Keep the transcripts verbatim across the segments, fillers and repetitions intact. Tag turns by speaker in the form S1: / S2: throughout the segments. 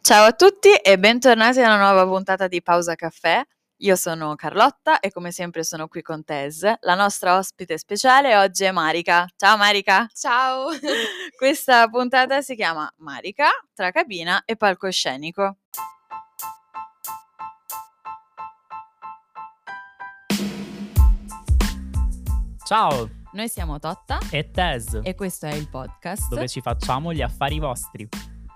S1: Ciao a tutti e bentornati a una nuova puntata di Pausa Caffè. Io sono Carlotta e come sempre sono qui con Tess. La nostra ospite speciale oggi è Marica. Ciao Marica!
S2: Ciao!
S1: Questa puntata si chiama Marica tra cabina e palcoscenico.
S3: Ciao!
S1: Noi siamo Totta
S3: e Tess
S1: e questo è il podcast
S3: dove ci facciamo gli affari vostri.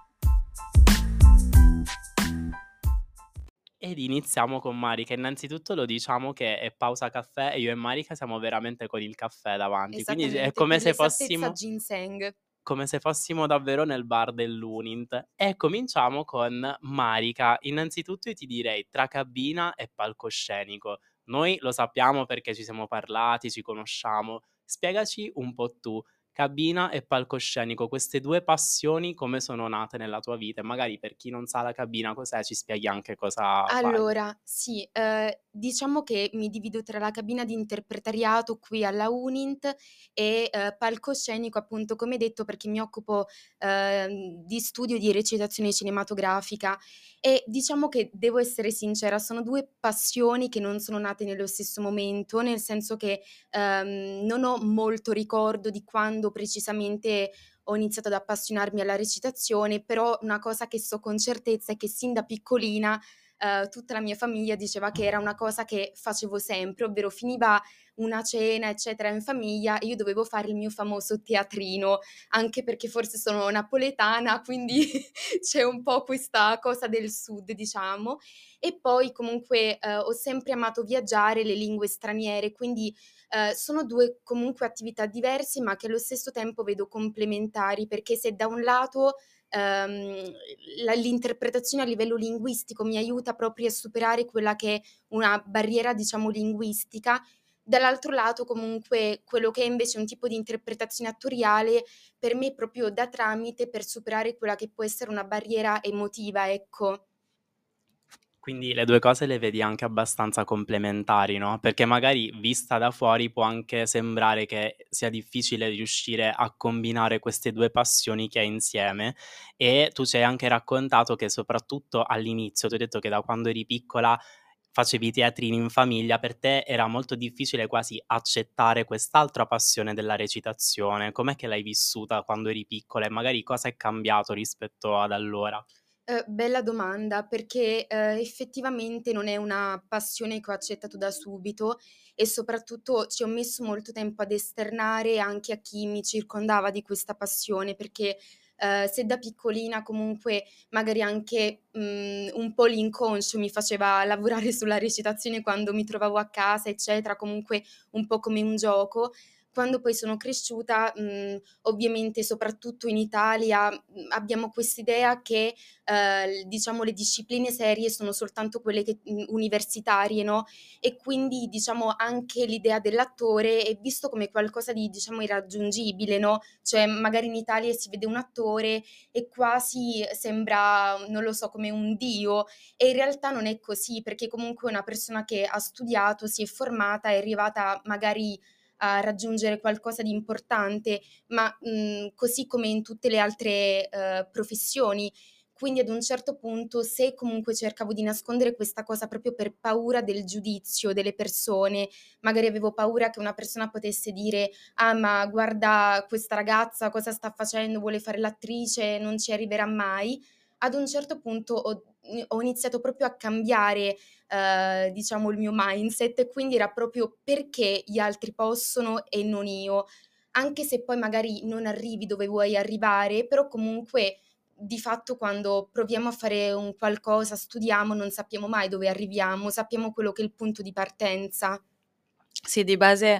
S3: Ed iniziamo con Marica. Innanzitutto lo diciamo che è pausa caffè e io e Marica siamo veramente con il caffè davanti. Quindi è come
S2: per
S3: se
S2: l'esattezza
S3: fossimo
S2: ginseng.
S3: come se fossimo davvero nel bar dell'Unint. E cominciamo con Marica. Innanzitutto io ti direi tra cabina e palcoscenico. Noi lo sappiamo perché ci siamo parlati, ci conosciamo. Spiegaci un po' tu, cabina e palcoscenico, queste due passioni come sono nate nella tua vita? E magari per chi non sa la cabina cos'è, ci spieghi anche cosa fai.
S2: Allora, sì, ehm, diciamo che mi divido tra la cabina di interpretariato qui alla Unint e, ehm, palcoscenico appunto come detto perché mi occupo, ehm, di studio di recitazione cinematografica e diciamo che devo essere sincera, sono due passioni che non sono nate nello stesso momento, nel senso che, ehm, non ho molto ricordo di quando precisamente ho iniziato ad appassionarmi alla recitazione, però una cosa che so con certezza è che sin da piccolina Ehm, tutta la mia famiglia diceva che era una cosa che facevo sempre, ovvero finiva una cena, eccetera, in famiglia e io dovevo fare il mio famoso teatrino, anche perché forse sono napoletana, quindi c'è un po' questa cosa del sud, diciamo. E poi comunque, ehm, ho sempre amato viaggiare, le lingue straniere, quindi, ehm, sono due comunque attività diverse, ma che allo stesso tempo vedo complementari, perché se da un lato ehm, la l'interpretazione a livello linguistico mi aiuta proprio a superare quella che è una barriera, diciamo, linguistica. Dall'altro lato comunque quello che è invece un tipo di interpretazione attoriale per me è proprio da tramite per superare quella che può essere una barriera emotiva, ecco.
S3: Quindi le due cose le vedi anche abbastanza complementari, no, perché magari vista da fuori può anche sembrare che sia difficile riuscire a combinare queste due passioni che hai insieme e tu ci hai anche raccontato che soprattutto all'inizio, tu hai detto che da quando eri piccola facevi i teatrini in famiglia, per te era molto difficile quasi accettare quest'altra passione della recitazione. Com'è che l'hai vissuta quando eri piccola e magari cosa è cambiato rispetto ad allora?
S2: Uhm, bella domanda perché, ehm, effettivamente non è una passione che ho accettato da subito e soprattutto ci ho messo molto tempo ad esternare anche a chi mi circondava di questa passione, perché, ehm, se da piccolina comunque magari anche, mhmm, un po' l'inconscio mi faceva lavorare sulla recitazione quando mi trovavo a casa, eccetera, comunque un po' come un gioco, quando poi sono cresciuta, mhmm, ovviamente soprattutto in Italia, mhmm, abbiamo quest'idea che ehm, diciamo le discipline serie sono soltanto quelle che mhmm, universitarie, no, e quindi diciamo anche l'idea dell'attore è visto come qualcosa di, diciamo, irraggiungibile, no, cioè magari in Italia si vede un attore e quasi sembra, non lo so, come un dio e in realtà non è così, perché comunque è una persona che ha studiato, si è formata, è arrivata magari a raggiungere qualcosa di importante, ma, mhmm, così come in tutte le altre, ehm, professioni. Quindi ad un certo punto, se comunque cercavo di nascondere questa cosa proprio per paura del giudizio delle persone, magari avevo paura che una persona potesse dire: "Ah, ma guarda questa ragazza cosa sta facendo, vuole fare l'attrice, non ci arriverà mai." Ad un certo punto ho i ho iniziato proprio a cambiare, ehm, diciamo il mio mindset e quindi era proprio: perché gli altri possono e non io? Anche se poi magari non arrivi dove vuoi arrivare, però comunque di fatto quando proviamo a fare un qualcosa, studiamo, non sappiamo mai dove arriviamo, sappiamo quello che è il punto di partenza.
S1: Sì, di base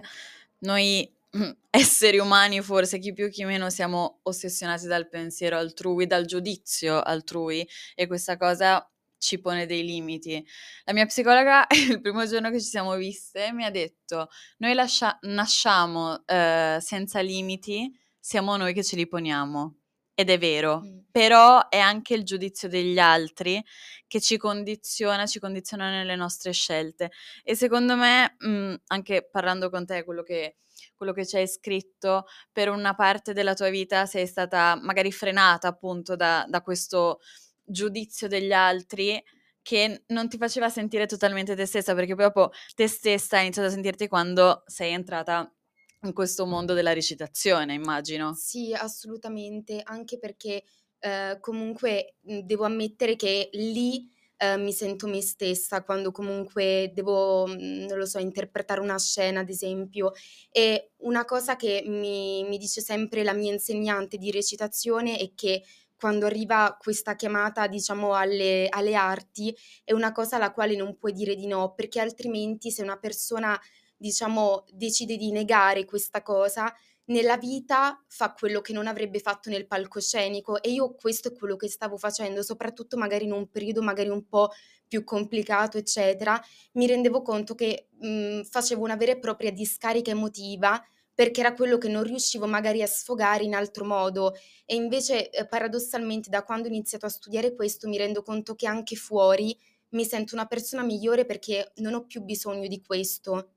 S1: noi esseri umani, forse chi più chi meno, siamo ossessionati dal pensiero altrui, dal giudizio altrui e questa cosa ci pone dei limiti. La mia psicologa il primo giorno che ci siamo viste mi ha detto: "Noi lascia nasciamo, ehm, senza limiti, siamo noi che ce li poniamo." Ed è vero,
S2: Mh.
S1: però è anche il giudizio degli altri che ci condiziona, ci condiziona nelle nostre scelte. E secondo me, mhmm, anche parlando con te, quello che quello che ci hai scritto, per una parte della tua vita sei stata magari frenata appunto da da questo giudizio degli altri che non ti faceva sentire totalmente te stessa, perché poi dopo te stessa hai iniziato a sentirti quando sei entrata in questo mondo della recitazione, immagino.
S2: Sì, assolutamente, anche perché, ehm, comunque, mhmm, devo ammettere che lì, ehm, mi sento me stessa quando comunque devo, mhmm, non lo so, interpretare una scena ad esempio. E una cosa che mi mi dice sempre la mia insegnante di recitazione è che quando arriva questa chiamata, diciamo, alle alle arti, è una cosa alla quale non puoi dire di no, perché altrimenti se una persona, diciamo, decide di negare questa cosa, nella vita fa quello che non avrebbe fatto nel palcoscenico e io questo è quello che stavo facendo, soprattutto magari in un periodo magari un po' più complicato, eccetera. Mi rendevo conto che, mhmm, facevo una vera e propria discarica emotiva, perché era quello che non riuscivo magari a sfogare in altro modo e invece, ehm, paradossalmente da quando ho iniziato a studiare questo mi rendo conto che anche fuori mi sento una persona migliore perché non ho più bisogno di questo.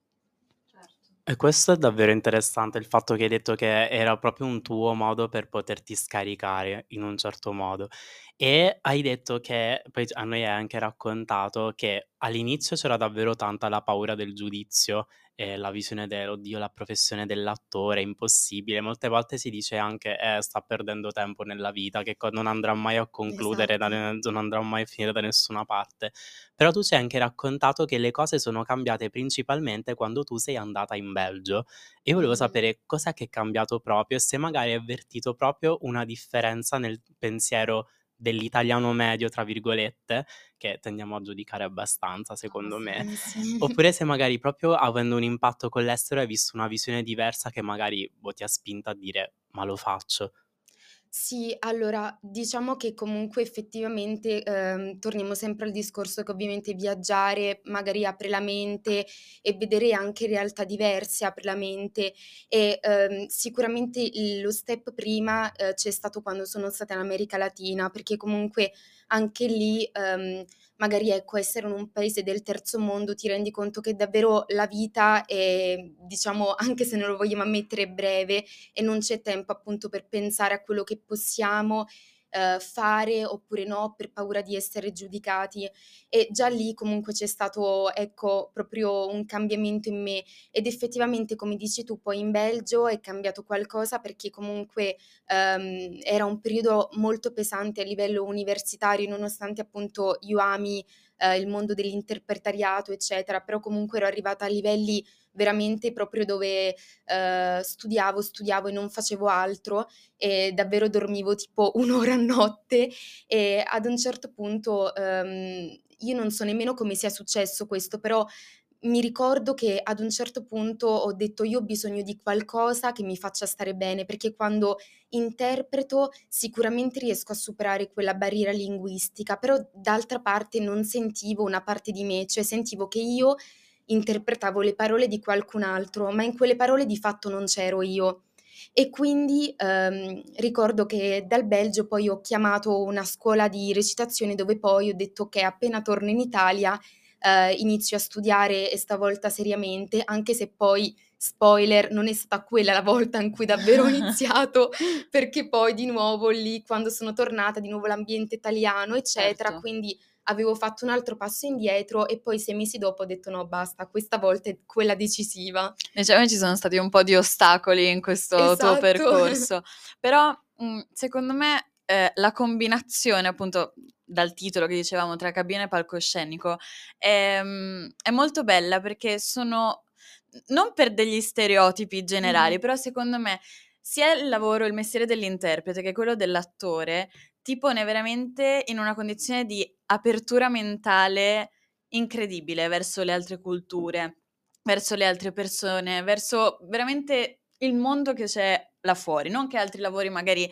S3: E questo è davvero interessante, il fatto che hai detto che era proprio un tuo modo per poterti scaricare in un certo modo. E hai detto che poi a noi hai anche raccontato che all'inizio c'era davvero tanta la paura del giudizio e la visione de "Oddio, la professione dell'attore è impossibile". Molte volte si dice anche: "Eh, sta perdendo tempo nella vita, che co non andrà mai a concludere da
S2: Esatto.
S3: ne non andrà mai a finire da nessuna parte". Però tu ci hai anche raccontato che le cose sono cambiate principalmente quando tu sei andata in Belgio. E io volevo
S2: Mh-mh.
S3: sapere cos'è che è cambiato proprio e se magari hai avvertito proprio una differenza nel pensiero dell'italiano medio, tra virgolette, che tendiamo a giudicare abbastanza
S2: Ah,
S3: secondo me,
S2: sì, sì.
S3: oppure se magari proprio avendo un impatto con l'estero hai visto una visione diversa che magari, boh, ti ha spinto a dire: "Ma lo faccio".
S2: Sì, allora diciamo che comunque effettivamente, ehm, torniamo sempre al discorso che ovviamente viaggiare magari apre la mente e vedere anche realtà diverse apre la mente e, ehm, sicuramente il lo step prima, ehm, c'è stato quando sono stata in America Latina, perché comunque anche lì, ehm, magari ecco, essere in un paese del terzo mondo ti rendi conto che davvero la vita è, diciamo, anche se non lo vogliamo ammettere, è breve e non c'è tempo appunto per pensare a quello che possiamo, ehm, fare oppure no, per paura di essere giudicati. E già lì comunque c'è stato, ecco, proprio un cambiamento in me ed effettivamente, come dici tu, poi in Belgio è cambiato qualcosa perché comunque, ehm, era un periodo molto pesante a livello universitario, nonostante appunto io ami, ehm, il mondo dell'interpretariato, eccetera, però comunque ero arrivata a livelli veramente proprio dove ehm, studiavo, studiavo e non facevo altro e davvero dormivo tipo un ora a notte e ad un certo punto, ehm, io non so nemmeno come sia successo questo, però mi ricordo che ad un certo punto ho detto: "Io ho bisogno di qualcosa che mi faccia stare bene", perché quando interpreto sicuramente riesco a superare quella barriera linguistica, però d'altra parte non sentivo una parte di me, cioè sentivo che io interpretavo le parole di qualcun altro, ma in quelle parole di fatto non c'ero io. E quindi, ehm, ricordo che dal Belgio poi ho chiamato una scuola di recitazione dove poi ho detto: "Okay, appena torno in Italia, ehm, inizio a studiare e stavolta seriamente", anche se poi, spoiler, non è stata quella la volta in cui davvero ho iniziato, perché poi di nuovo lì, quando sono tornata, di nuovo l'ambiente italiano, eccetera,
S1: Certo.
S2: quindi avevo fatto un altro passo indietro e poi sei mesi dopo ho detto: "No basta, questa volta è quella decisiva".
S1: Diciamo che ci sono stati un po' di ostacoli in questo tuo
S2: Esatto.
S1: percorso, però, mhmm, secondo me, ehm, la combinazione appunto, dal titolo che dicevamo, tra cabina e palcoscenico, ehm, è molto bella perché sono n non per degli stereotipi generali,
S2: Mh-mh.
S1: però secondo me sia il lavoro, il mestiere dell'interprete che quello dell'attore, ti pone veramente in una condizione di apertura mentale incredibile verso le altre culture, verso le altre persone, verso veramente il mondo che c'è là fuori. Non che altri lavori magari,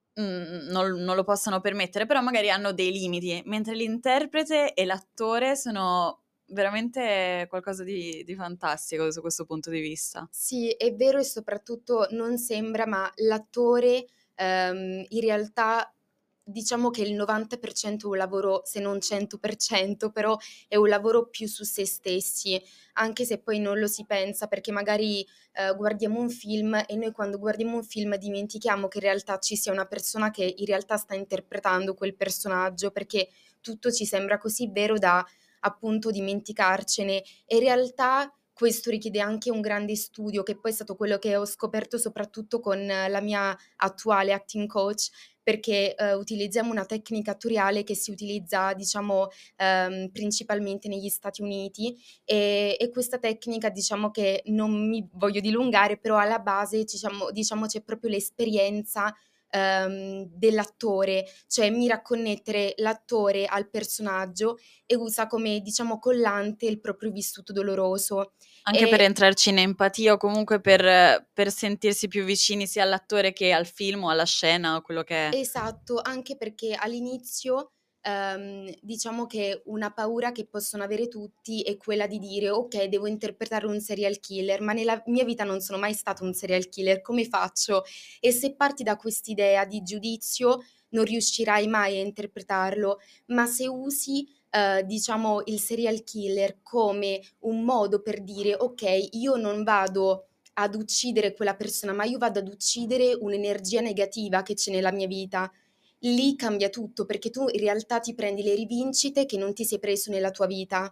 S1: mhmm, non non lo possano permettere, però magari hanno dei limiti, mentre l'interprete e l'attore sono veramente qualcosa di di fantastico su questo punto di vista.
S2: Sì, è vero e soprattutto non sembra, ma l'attore, ehm, in realtà diciamo che il novanta per cento è un lavoro, se non cento per cento, però è un lavoro più su se stessi, anche se poi non lo si pensa, perché magari eh, guardiamo un film e noi quando guardiamo un film dimentichiamo che in realtà ci sia una persona che in realtà sta interpretando quel personaggio, perché tutto ci sembra così vero da appunto dimenticarcene, e in realtà questo richiede anche un grande studio, che poi è stato quello che ho scoperto soprattutto con eh, la mia attuale acting coach, perché eh, utilizziamo una tecnica attoriale che si utilizza, diciamo, ehm, principalmente negli Stati Uniti, e, e questa tecnica, diciamo che non mi voglio dilungare, però alla base, diciamo, diciamo c'è proprio l'esperienza ehm, dell'attore, cioè mira a connettere l'attore al personaggio e usa come, diciamo, collante il proprio vissuto doloroso.
S1: Anche per
S2: E
S1: entrarci in empatia o comunque per per sentirsi più vicini sia all'attore che al film o alla scena o quello che è.
S2: Esatto, anche perché all'inizio, ehm, diciamo che una paura che possono avere tutti è quella di dire: "Okay, devo interpretare un serial killer, ma nella mia vita non sono mai stato un serial killer, come faccio?" E se parti da quest'idea di giudizio, non riuscirai mai a interpretarlo, ma se usi, ehm, diciamo il serial killer come un modo per dire: "Okay, io non vado ad uccidere quella persona, ma io vado ad uccidere un'energia negativa che c'è nella mia vita." Lì cambia tutto, perché tu in realtà ti prendi le rivincite che non ti sei preso nella tua vita.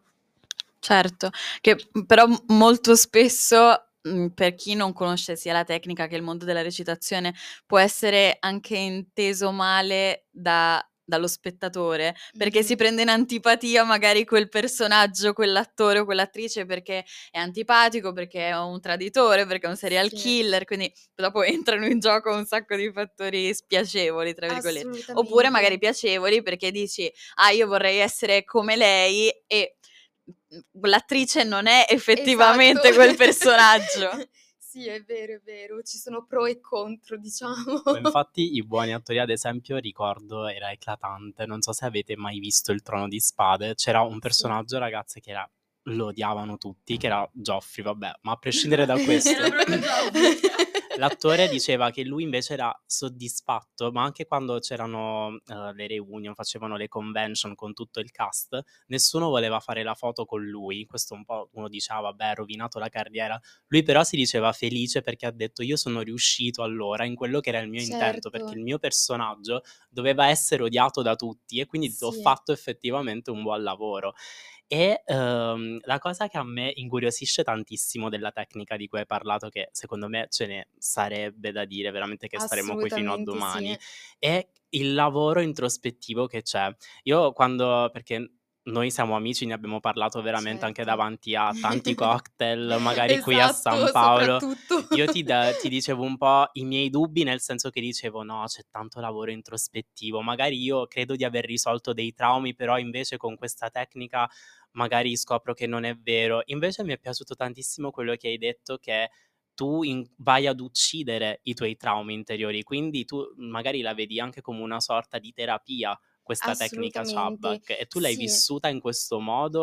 S1: Certo, che, mhmm, però m molto spesso, mhmm, per chi non conosce sia la tecnica che il mondo della recitazione, può essere anche inteso male da dallo spettatore, perché si
S2: Mh-mh.
S1: prende in antipatia magari quel personaggio, quell'attore o quell'attrice perché è antipatico, perché è un traditore, perché è un serial
S2: Sì,
S1: killer, quindi dopo entrano in gioco un sacco di fattori "spiacevoli" tra virgolette. Oppure
S2: assolutamente.
S1: magari piacevoli perché dici: "Ah, io vorrei essere come lei" e Mhmm, l'attrice non è
S2: Esatto.
S1: effettivamente quel personaggio.
S2: Sì, è vero, è vero, ci sono pro e contro, diciamo.
S3: Ma infatti i buoni attori, ad esempio, ricordo era eclatante, non so se avete mai visto Il Trono di Spade, c'era un
S2: Sì.
S3: personaggio, ragazze, che era lo odiavano tutti, che era Joffrey, vabbè, ma a prescindere da questo
S1: Era proprio Joffrey.
S3: l'attore diceva che lui invece era soddisfatto, ma anche quando c'erano, ehm, le reunion, facevano le convention con tutto il cast, nessuno voleva fare la foto con lui. Questo un po' uno diceva: "Vabbè, ha rovinato la carriera". Lui però si diceva felice perché ha detto: "Io sono riuscito allora in quello che era il mio intento,
S2: Certo,
S3: perché il mio personaggio doveva essere odiato da tutti e quindi ho
S2: sì,
S3: fatto effettivamente un buon lavoro". E, uhm, la cosa che a me incuriosisce tantissimo della tecnica di cui hai parlato, che secondo me ce ne sarebbe da dire veramente che staremmo qui fino a
S2: assolutamente
S3: domani,
S2: sì.
S3: è il lavoro introspettivo che c'è. Io quando perché noi siamo amici, ne abbiamo parlato veramente anche
S2: Certo.
S3: davanti a tanti cocktail, magari qui a San
S2: Esatto,
S3: Paolo.
S2: soprattutto.
S3: Io ti da ti dicevo un po' i miei dubbi, nel senso che dicevo: "No, c'è tanto lavoro introspettivo". Magari io credo di aver risolto dei traumi, però invece con questa tecnica magari scopro che non è vero. Invece mi è piaciuto tantissimo quello che hai detto, che tu in vai ad uccidere i tuoi traumi interiori, quindi tu magari la vedi anche come una sorta di terapia, questa tecnica
S2: Assolutamente,
S3: Chabak, e tu l'hai
S2: sì.
S3: vissuta in questo modo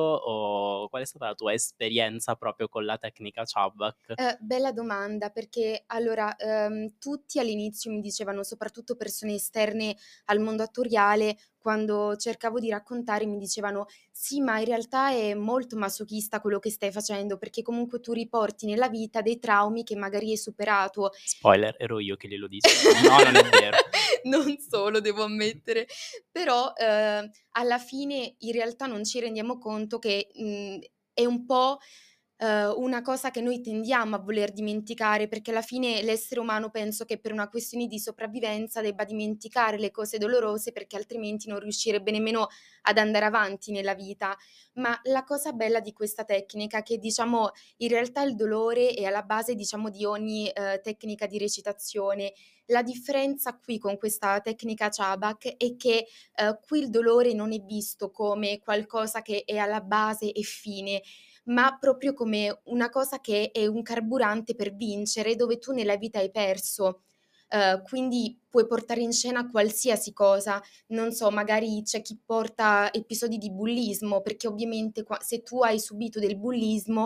S3: o qual è stata la tua esperienza proprio con la tecnica Chabak?
S2: Eh, bella domanda, perché allora, ehm, tutti all'inizio mi dicevano, soprattutto persone esterne al mondo attoriale, quando cercavo di raccontare mi dicevano: "Sì, ma in realtà è molto masochista quello che stai facendo, perché comunque tu riporti nella vita dei traumi che magari hai superato."
S3: Spoiler, ero io che glielo dissi. No, non è vero.
S2: Non solo, devo ammettere, però, ehm, alla fine in realtà non ci rendiamo conto che, mhmm, è un po', ehm, una cosa che noi tendiamo a voler dimenticare, perché alla fine l'essere umano penso che per una questione di sopravvivenza debba dimenticare le cose dolorose, perché altrimenti non riuscirebbe nemmeno ad andare avanti nella vita. Ma la cosa bella di questa tecnica è che, diciamo, in realtà il dolore è alla base, diciamo, di ogni, ehm, tecnica di recitazione. La differenza qui con questa tecnica Chabak è che, ehm, qui il dolore non è visto come qualcosa che è alla base e fine, ma proprio come una cosa che è un carburante per vincere, dove tu nella vita hai perso. Ehm, quindi puoi portare in scena qualsiasi cosa, non so, magari c'è chi porta episodi di bullismo, perché ovviamente qua se tu hai subito del bullismo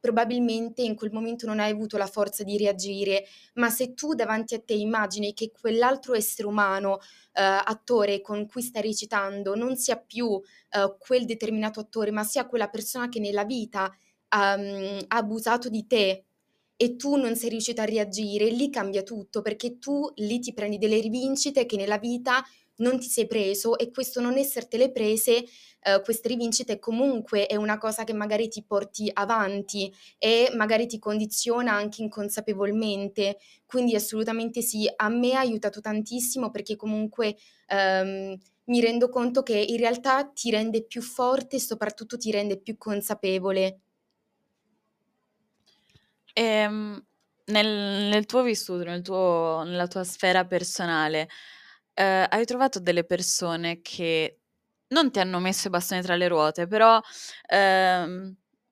S2: probabilmente in quel momento non hai avuto la forza di reagire, ma se tu davanti a te immagini che quell'altro essere umano, ehm, attore con cui stai recitando non sia più, ehm, quel determinato attore, ma sia quella persona che nella vita ha mhmm, ha abusato di te e tu non sei riuscito a reagire, lì cambia tutto, perché tu lì ti prendi delle rivincite che nella vita non ti sei preso e questo non essertele prese, ehm, queste rivincite comunque è una cosa che magari ti porti avanti e magari ti condiziona anche inconsapevolmente. Quindi assolutamente sì, a me ha aiutato tantissimo perché comunque, ehm, mi rendo conto che in realtà ti rende più forte e soprattutto ti rende più consapevole.
S1: Ehm, nel nel tuo vissuto, nel tuo nella tua sfera personale, ehm, hai trovato delle persone che non ti hanno messo i bastoni tra le ruote, però, ehm,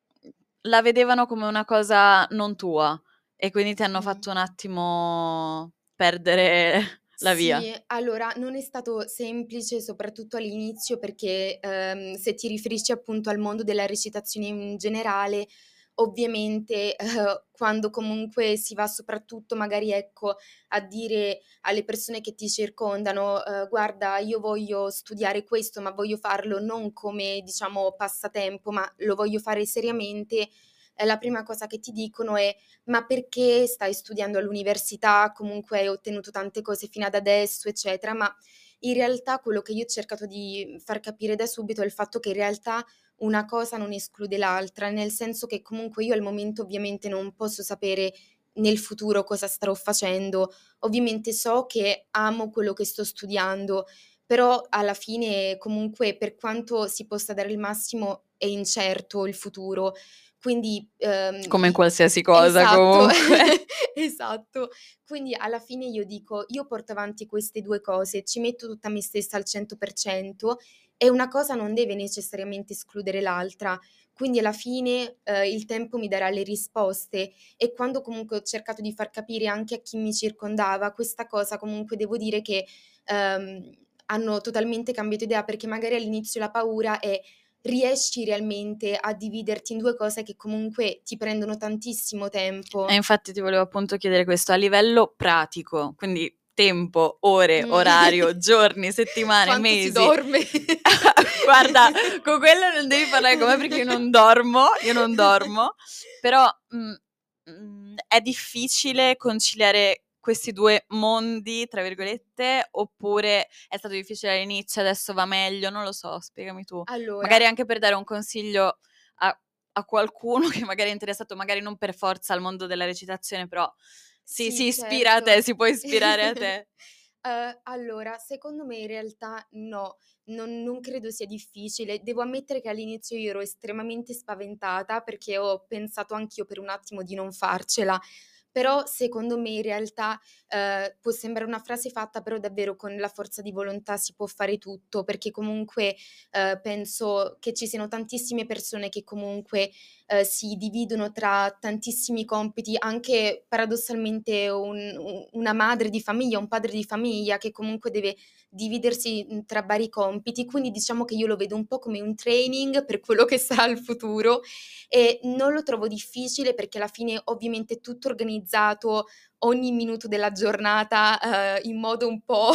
S1: la vedevano come una cosa non tua e quindi ti hanno
S2: Mh.
S1: fatto un attimo perdere la via?
S2: Sì, allora non è stato semplice, soprattutto all'inizio, perché, ehm, se ti riferisci appunto al mondo della recitazione in generale, ovviamente, eh, quando comunque si va soprattutto magari, ecco, a dire alle persone che ti circondano, ehm: "Guarda, io voglio studiare questo, ma voglio farlo non come, diciamo, passatempo, ma lo voglio fare seriamente", ehm, la prima cosa che ti dicono è: "Ma perché stai studiando all'università? Comunque hai ottenuto tante cose fino ad adesso", eccetera. Ma in realtà quello che io ho cercato di far capire da subito è il fatto che in realtà una cosa non esclude l'altra, nel senso che comunque io al momento ovviamente non posso sapere nel futuro cosa starò facendo. Ovviamente so che amo quello che sto studiando, però alla fine comunque per quanto si possa dare il massimo è incerto il futuro. Quindi, ehm,
S1: Come in
S2: i
S1: qualsiasi cosa
S2: esatto,
S1: comunque.
S2: esatto. Quindi alla fine io dico: io porto avanti queste due cose, ci metto tutta me stessa al cento per cento e una cosa non deve necessariamente escludere l'altra. Quindi alla fine, ehm, il tempo mi darà le risposte e quando comunque ho cercato di far capire anche a chi mi circondava questa cosa, comunque devo dire che, ehm, hanno totalmente cambiato idea, perché magari all'inizio la paura è: riesci realmente a dividerti in due cose che comunque ti prendono tantissimo
S1: E
S2: tempo?
S1: infatti ti volevo appunto chiedere questo, a livello pratico, quindi tempo, ore,
S2: Mh.
S1: orario, giorni, settimane,
S2: Quanto si
S1: mesi.
S2: dorme?
S1: Guarda, con quello non devi parlare con me perché io non dormo, io non dormo, però, mhmm, mhmm, è difficile conciliare questi due "mondi", tra virgolette, oppure è stato difficile all'inizio, adesso va meglio? Non lo so, spiegami tu. Magari
S2: Allora,
S1: anche per dare un consiglio a a qualcuno che magari è interessato, magari non per forza al mondo della recitazione, però si
S2: sì,
S1: si ispira a te,
S2: certo.
S1: si può ispirare a te.
S2: Uhm, allora, secondo me in realtà no, non non credo sia difficile. Devo ammettere che all'inizio io ero estremamente spaventata, perché ho pensato anch'io per un attimo di non farcela, però secondo me in realtà, uhm, può sembrare una frase fatta, però davvero con la forza di volontà si può fare tutto, perché comunque, uhm, penso che ci siano tantissime persone che comunque, uhm, si dividono tra tantissimi compiti, anche paradossalmente un u una madre di famiglia, un padre di famiglia che comunque deve dividersi, mhmm, tra vari compiti, quindi diciamo che io lo vedo un po' come un training per quello che sarà il futuro e non lo trovo difficile perché alla fine ovviamente è tutto organizzato, ogni minuto della giornata, uhm, in modo un po'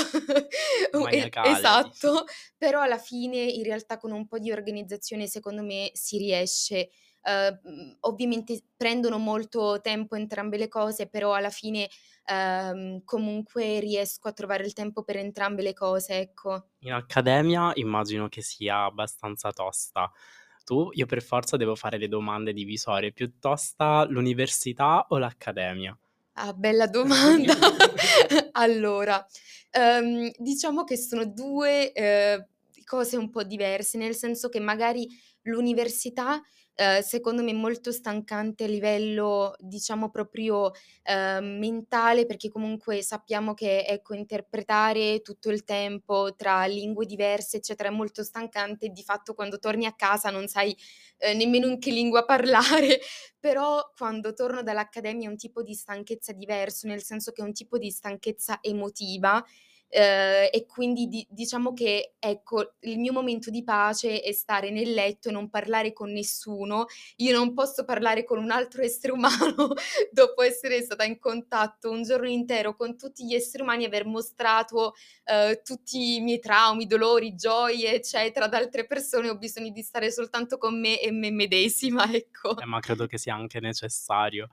S2: u e
S3: Maniacale, dici.
S2: esatto, però alla fine in realtà con un po' di organizzazione secondo me si riesce. Uhm, mhmm, ovviamente prendono molto tempo entrambe le cose, però alla fine, ehm, comunque riesco a trovare il tempo per entrambe le cose, ecco.
S3: In accademia immagino che sia abbastanza tosta. Tu io per forza devo fare le domande divisorie, più tosta l'università o l'accademia?
S2: Ah, bella domanda. Allora, ehm, diciamo che sono due, ehm, cose un po' diverse, nel senso che magari l'università, ehm, secondo me è molto stancante a livello, diciamo proprio, ehm, mentale, perché comunque sappiamo che, ecco, interpretare tutto il tempo tra lingue diverse, eccetera, è molto stancante e di fatto quando torni a casa non sai, ehm, nemmeno in che lingua parlare. Però quando torno dall'accademia è un tipo di stanchezza diverso, nel senso che è un tipo di stanchezza emotiva Ehm, e quindi di diciamo che, ecco, il mio momento di pace è stare nel letto e non parlare con nessuno. Io non posso parlare con un altro essere umano dopo essere stata in contatto un giorno intero con tutti gli esseri umani e aver mostrato, ehm, tutti i miei traumi, dolori, gioie, eccetera, ad altre persone. Ho bisogno di stare soltanto con me e me medesima, ecco.
S3: Eh, ma credo che sia anche necessario.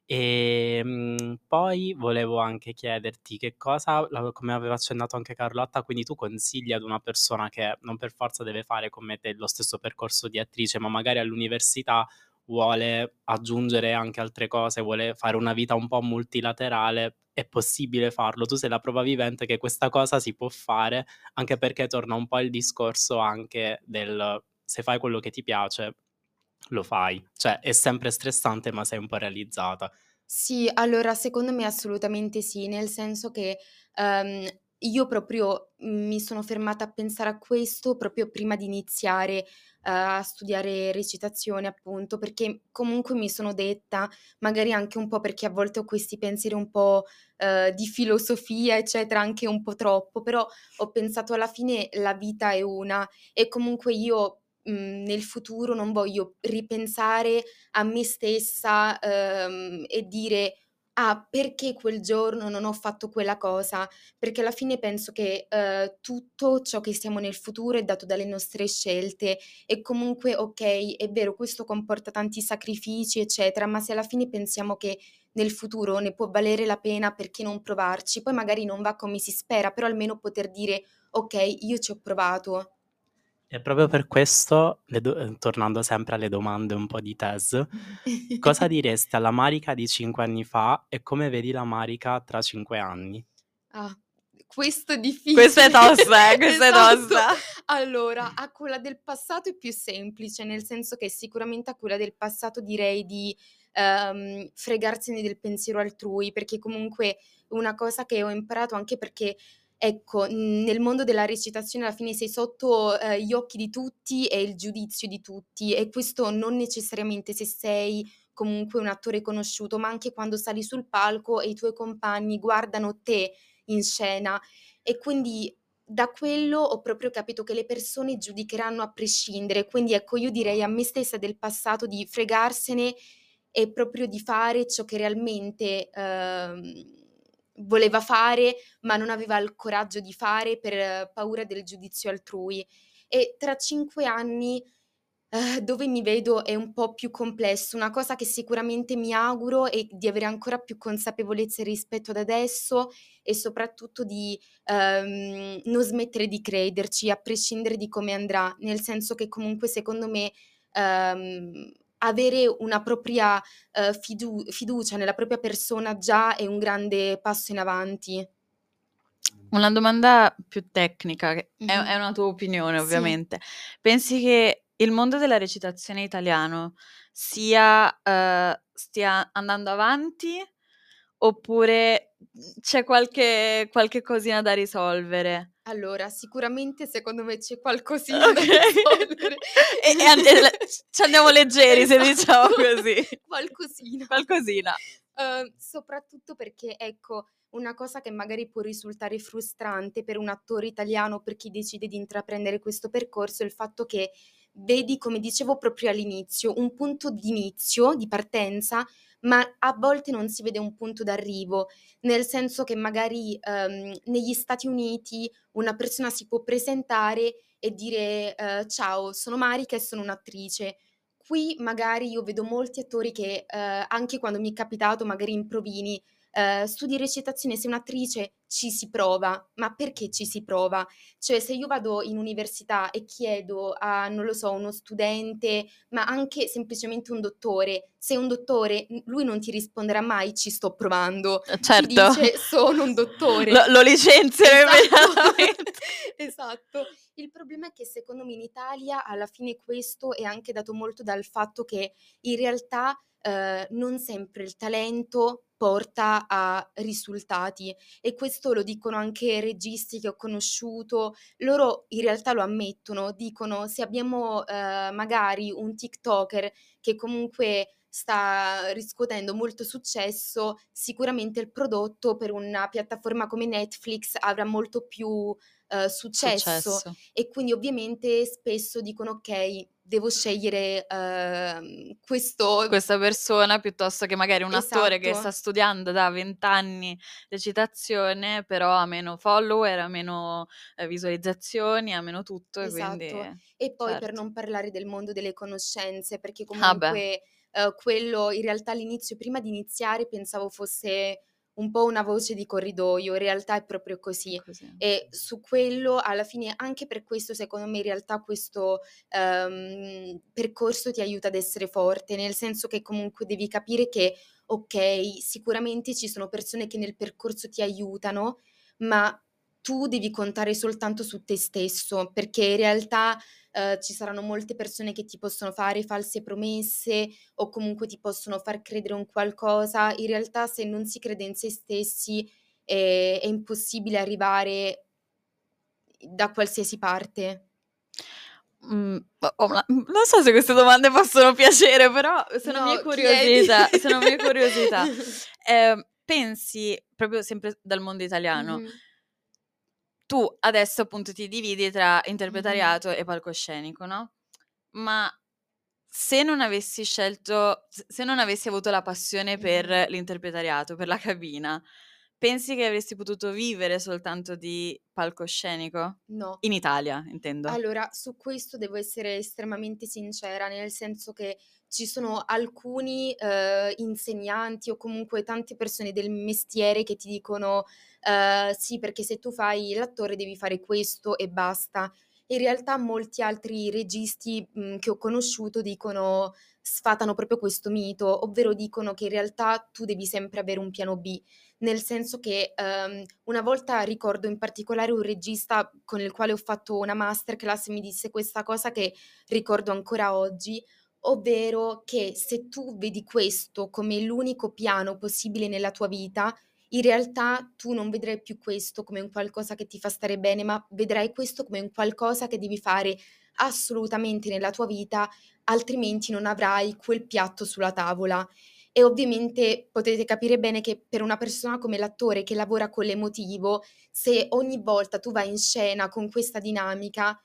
S3: Ehm, poi volevo anche chiederti che cosa, la come aveva accennato anche Carlotta, quindi tu consigli ad una persona che non per forza deve fare come te lo stesso percorso di attrice, ma magari all'università vuole aggiungere anche altre cose, vuole fare una vita un po' multilaterale, è possibile farlo? Tu sei la prova vivente che questa cosa si può fare, anche perché torna un po' il discorso anche del se fai quello che ti piace, lo fai. Cioè è sempre stressante, ma sei un po' realizzata.
S2: Sì, allora secondo me assolutamente sì, nel senso che, ehm, io proprio mi sono fermata a pensare a questo proprio prima di iniziare, ehm, a studiare recitazione appunto, perché comunque mi sono detta, magari anche un po' perché a volte ho questi pensieri un po', ehm, di filosofia eccetera, anche un po' troppo, però ho pensato alla fine la vita è una e comunque io, mhmm, nel futuro non voglio ripensare a me stessa, uhm, e dire: "Ah, perché quel giorno non ho fatto quella cosa?" Perché alla fine penso che, uhm, tutto ciò che siamo nel futuro è dato dalle nostre scelte e comunque, okay, è vero, questo comporta tanti sacrifici, eccetera, ma se alla fine pensiamo che nel futuro ne può valere la pena, perché non provarci? Poi magari non va come si spera, però almeno poter dire: "Okay, io ci ho provato."
S3: E proprio per questo, le do ehm, tornando sempre alle domande un po' di tese, cosa diresti alla Marica di cinque anni fa e come vedi la Marica tra cinque anni?
S2: Ah, questo è
S1: Questa è
S2: difficile.
S1: tosta, eh, questa è
S2: Esatto.
S1: tosta.
S2: Allora, a quella del passato è più semplice, nel senso che sicuramente a quella del passato direi di, ehm, fregarsene del pensiero altrui, perché comunque una cosa che ho imparato anche perché, ecco, mhmm, nel mondo della recitazione alla fine sei sotto, ehm, gli occhi di tutti e il giudizio di tutti e questo non necessariamente se sei comunque un attore conosciuto, ma anche quando sali sul palco e i tuoi compagni guardano te in scena e quindi da quello ho proprio capito che le persone giudicheranno a prescindere. Quindi ecco, io direi a me stessa del passato di fregarsene e proprio di fare ciò che realmente, uhm, voleva fare, ma non aveva il coraggio di fare per eh, paura del giudizio altrui. E tra cinque anni, Ehm, dove mi vedo è un po' più complesso. Una cosa che sicuramente mi auguro è di avere ancora più consapevolezza rispetto ad adesso e soprattutto di, ehm, non smettere di crederci a prescindere di come andrà. Nel senso che comunque secondo me, ehm, avere una propria, ehm, fidu fiducia nella propria persona già è un grande passo in avanti.
S1: Una domanda più tecnica, che è
S2: Mh-mh.
S1: è una tua opinione
S2: Sì.
S1: ovviamente. Pensi che il mondo della recitazione italiano sia uhm, stia andando avanti oppure, mhmm, c'è qualche qualche cosina da risolvere?
S2: Allora, sicuramente secondo me c'è qualcosina da
S1: Okay.
S2: risolvere.
S1: E e an e l ci andiamo leggeri se diciamo
S2: Esatto,
S1: così.
S2: qualcosina.
S1: Qualcosina.
S2: Uhm, soprattutto perché, ecco, una cosa che magari può risultare frustrante per un attore italiano, per chi decide di intraprendere questo percorso, è il fatto che vedi, come dicevo proprio all'inizio, un punto d'inizio, di partenza, ma a volte non si vede un punto d'arrivo, nel senso che magari, uhm, negli Stati Uniti una persona si può presentare e dire, ehm: "Ciao, sono Marica e sono un'attrice." Qui magari io vedo molti attori che, ehm, anche quando mi è capitato magari in provini, ehm: "Studi recitazione, sei un'attrice?" Ci si prova, ma perché ci si prova? Cioè se io vado in università e chiedo a, non lo so, uno studente, ma anche semplicemente un dottore, sei un dottore? N lui non ti risponderà mai: "Ci sto provando."
S1: Eh
S2: Ti
S1: certo.
S2: dice: "Sono un
S1: Lo
S2: dottore."
S1: lo licenziano
S2: Esatto,
S1: immediatamente.
S2: esatto. Il problema è che secondo me in Italia alla fine questo è anche dato molto dal fatto che in realtà, ehm, non sempre il talento porta a risultati, e questo lo dicono anche registi che ho conosciuto. Loro in realtà lo ammettono, dicono: se abbiamo eh, magari un TikToker che comunque sta riscuotendo molto successo, sicuramente il prodotto per una piattaforma come Netflix avrà molto più eh, successo,
S1: Successo.
S2: e quindi ovviamente spesso dicono: ok, devo scegliere ehm, questo.
S1: Questa persona piuttosto che magari un attore che sta
S2: Esatto,
S1: studiando da venti anni recitazione, però ha meno follower, ha meno, ehm, visualizzazioni, ha meno tutto e quindi
S2: esatto. E poi per
S1: certo.
S2: non parlare del mondo delle conoscenze, perché
S1: Ah beh,
S2: comunque eh, quello in realtà all'inizio, prima di iniziare, pensavo fosse un po' una voce di corridoio, in realtà è proprio così.
S1: così.
S2: E su quello, alla fine, anche per questo, secondo me, in realtà questo ehm, percorso ti aiuta ad essere forte, nel senso che comunque devi capire che, ok, sicuramente ci sono persone che nel percorso ti aiutano, ma tu devi contare soltanto su te stesso, perché in realtà eh, ci saranno molte persone che ti possono fare false promesse o comunque ti possono far credere un qualcosa. In realtà, se non si crede in se stessi, eh, è impossibile arrivare da qualsiasi parte.
S1: Mhmm, ho ho una mhmm, non so se queste domande possono piacere, però sono mie
S2: No, chiedi.
S1: curiosità, sono mie curiosità. Ehm, pensi, proprio sempre dal mondo italiano,
S2: Mh-mh,
S1: tu adesso appunto ti dividi tra
S2: mh-mh,
S1: interpretariato e palcoscenico, no, ma se non avessi scelto s se non avessi avuto la passione per
S2: mh-mh.
S1: l'interpretariato, per la cabina, pensi che avresti potuto vivere soltanto di palcoscenico?
S2: No.
S1: In Italia intendo.
S2: Allora, su questo devo essere estremamente sincera, nel senso che ci sono alcuni, ehm, insegnanti o comunque tante persone del mestiere che ti dicono: ehm: "Sì, perché se tu fai l'attore devi fare questo e basta." In realtà molti altri registi, mhmm, che ho conosciuto dicono sfatano proprio questo mito, ovvero dicono che in realtà tu devi sempre avere un piano B. Nel senso che, ehm, una volta ricordo in particolare un regista con il quale ho fatto una masterclass mi disse questa cosa che ricordo ancora oggi, ovvero che se tu vedi questo come l'unico piano possibile nella tua vita, in realtà tu non vedrai più questo come un qualcosa che ti fa stare bene, ma vedrai questo come un qualcosa che devi fare assolutamente nella tua vita, altrimenti non avrai quel piatto sulla tavola. E ovviamente potete capire bene che per una persona come l'attore che lavora con l'emotivo, se ogni volta tu vai in scena con questa dinamica,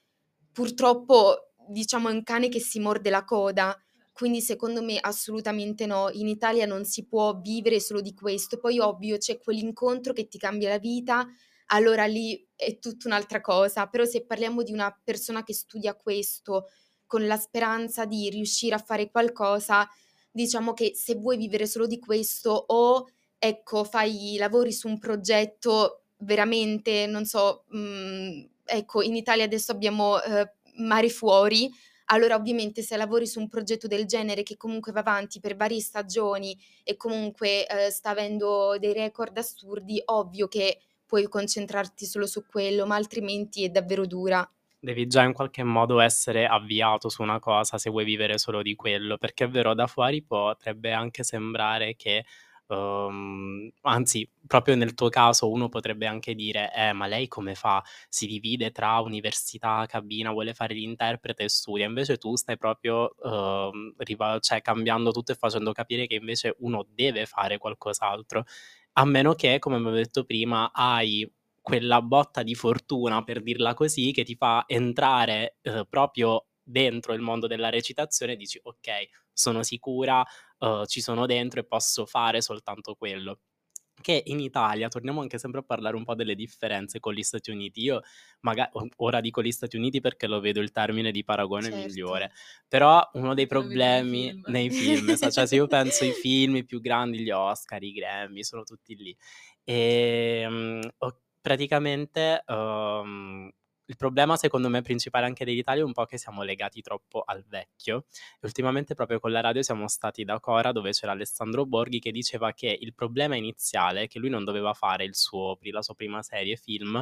S2: purtroppo diciamo è un cane che si morde la coda. Quindi secondo me assolutamente no, in Italia non si può vivere solo di questo. Poi ovvio c'è quell'incontro che ti cambia la vita, allora lì è tutta un'altra cosa, però se parliamo di una persona che studia questo con la speranza di riuscire a fare qualcosa, diciamo che se vuoi vivere solo di questo o, ecco, fai lavori su un progetto veramente, non so, mhmm, ecco, in Italia adesso abbiamo, ehm, Mare Fuori, allora ovviamente se lavori su un progetto del genere che comunque va avanti per varie stagioni e comunque, ehm, sta avendo dei record assurdi, ovvio che puoi concentrarti solo su quello, ma altrimenti è davvero dura.
S3: Devi già in qualche modo essere avviato su una cosa se vuoi vivere solo di quello, perché è vero, da fuori potrebbe anche sembrare che, uhm, anzi, proprio nel tuo caso uno potrebbe anche dire: "Eh, ma lei come fa? Si divide tra università, cabina, vuole fare l'interprete e studia." Invece tu stai proprio, uhm, riva cioè cambiando tutto e facendo capire che invece uno deve fare qualcos'altro, a meno che, come avevo detto prima, hai quella botta di fortuna, per dirla così, che ti fa entrare, uhm, proprio dentro il mondo della recitazione e dici: "Okay, sono sicura, uhm, ci sono dentro e posso fare soltanto quello." Che in Italia, torniamo anche sempre a parlare un po' delle differenze con gli Stati Uniti, io maga o ora dico gli Stati Uniti perché lo vedo il termine di paragone
S2: Certo.
S3: migliore, però uno dei
S1: Perché lo vedi nei
S3: problemi
S1: film.
S3: nei film, esa cioè se io penso ai film più grandi, gli Oscar, i Grammy, sono tutti lì. Ehm, o praticamente, uhm, il problema secondo me principale anche dell'Italia è un po' che siamo legati troppo al vecchio. E ultimamente proprio con la radio siamo stati da Cora, dove c'era Alessandro Borghi che diceva che il problema iniziale, che lui non doveva fare il suo pri la sua prima serie film,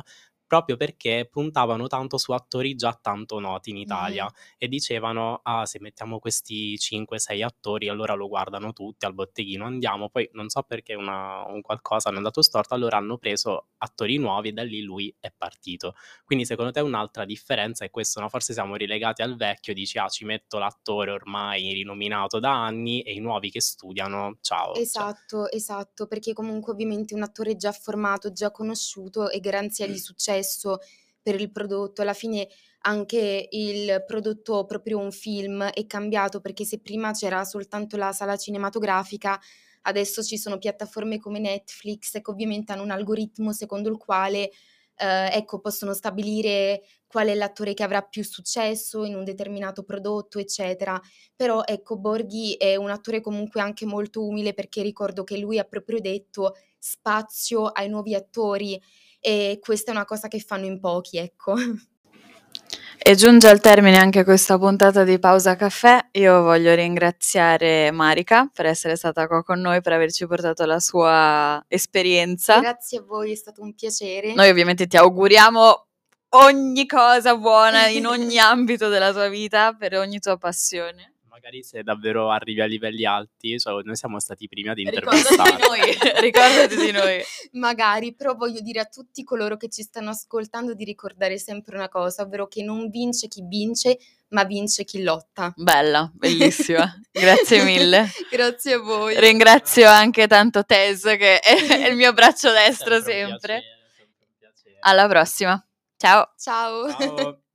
S3: proprio perché puntavano tanto su attori già tanto noti in Italia
S2: Mh-mh.
S3: e dicevano: "Ah, se mettiamo questi cinque, sei attori allora lo guardano tutti, al botteghino andiamo." Poi non so perché una un qualcosa hanno andato storto, allora hanno preso attori nuovi e da lì lui è partito. Quindi secondo te un'altra differenza è questo, no, forse siamo relegati al vecchio, dici: "Ah, ci metto l'attore ormai rinominato da anni e i nuovi che studiano, ciao." Cioè
S2: Esatto, esatto, perché comunque ovviamente un attore già formato, già conosciuto è garanzia di successo per il prodotto. Alla fine anche il prodotto, proprio un film, è cambiato perché se prima c'era soltanto la sala cinematografica, adesso ci sono piattaforme come Netflix che ovviamente hanno un algoritmo secondo il quale, ehm, ecco, possono stabilire qual è l'attore che avrà più successo in un determinato prodotto, eccetera. Però ecco, Borghi è un attore comunque anche molto umile perché ricordo che lui ha proprio detto: "Spazio ai nuovi attori", e questa è una cosa che fanno in pochi, ecco.
S1: E giunge al termine anche questa puntata di Pausa Caffè. Io voglio ringraziare Marica per essere stata qua con noi, per averci portato la sua esperienza.
S2: Grazie a voi, è stato un piacere.
S1: Noi ovviamente ti auguriamo ogni cosa buona in ogni ambito della tua vita, per ogni tua passione.
S3: magari se davvero arrivi a livelli alti, cioè noi siamo stati i primi ad
S1: Ricordati
S3: intervistarti.
S1: di noi, ricordati di noi.
S2: Magari, però voglio dire a tutti coloro che ci stanno ascoltando di ricordare sempre una cosa, ovvero che non vince chi vince, ma vince chi lotta.
S1: Bella, bellissima. Grazie mille.
S2: Grazie a voi.
S1: Ringrazio anche tanto Tess, che è il mio braccio destro
S3: Sempre un
S1: sempre.
S3: piacere, sempre un piacere.
S1: Alla prossima. Ciao.
S2: Ciao.
S3: Ciao.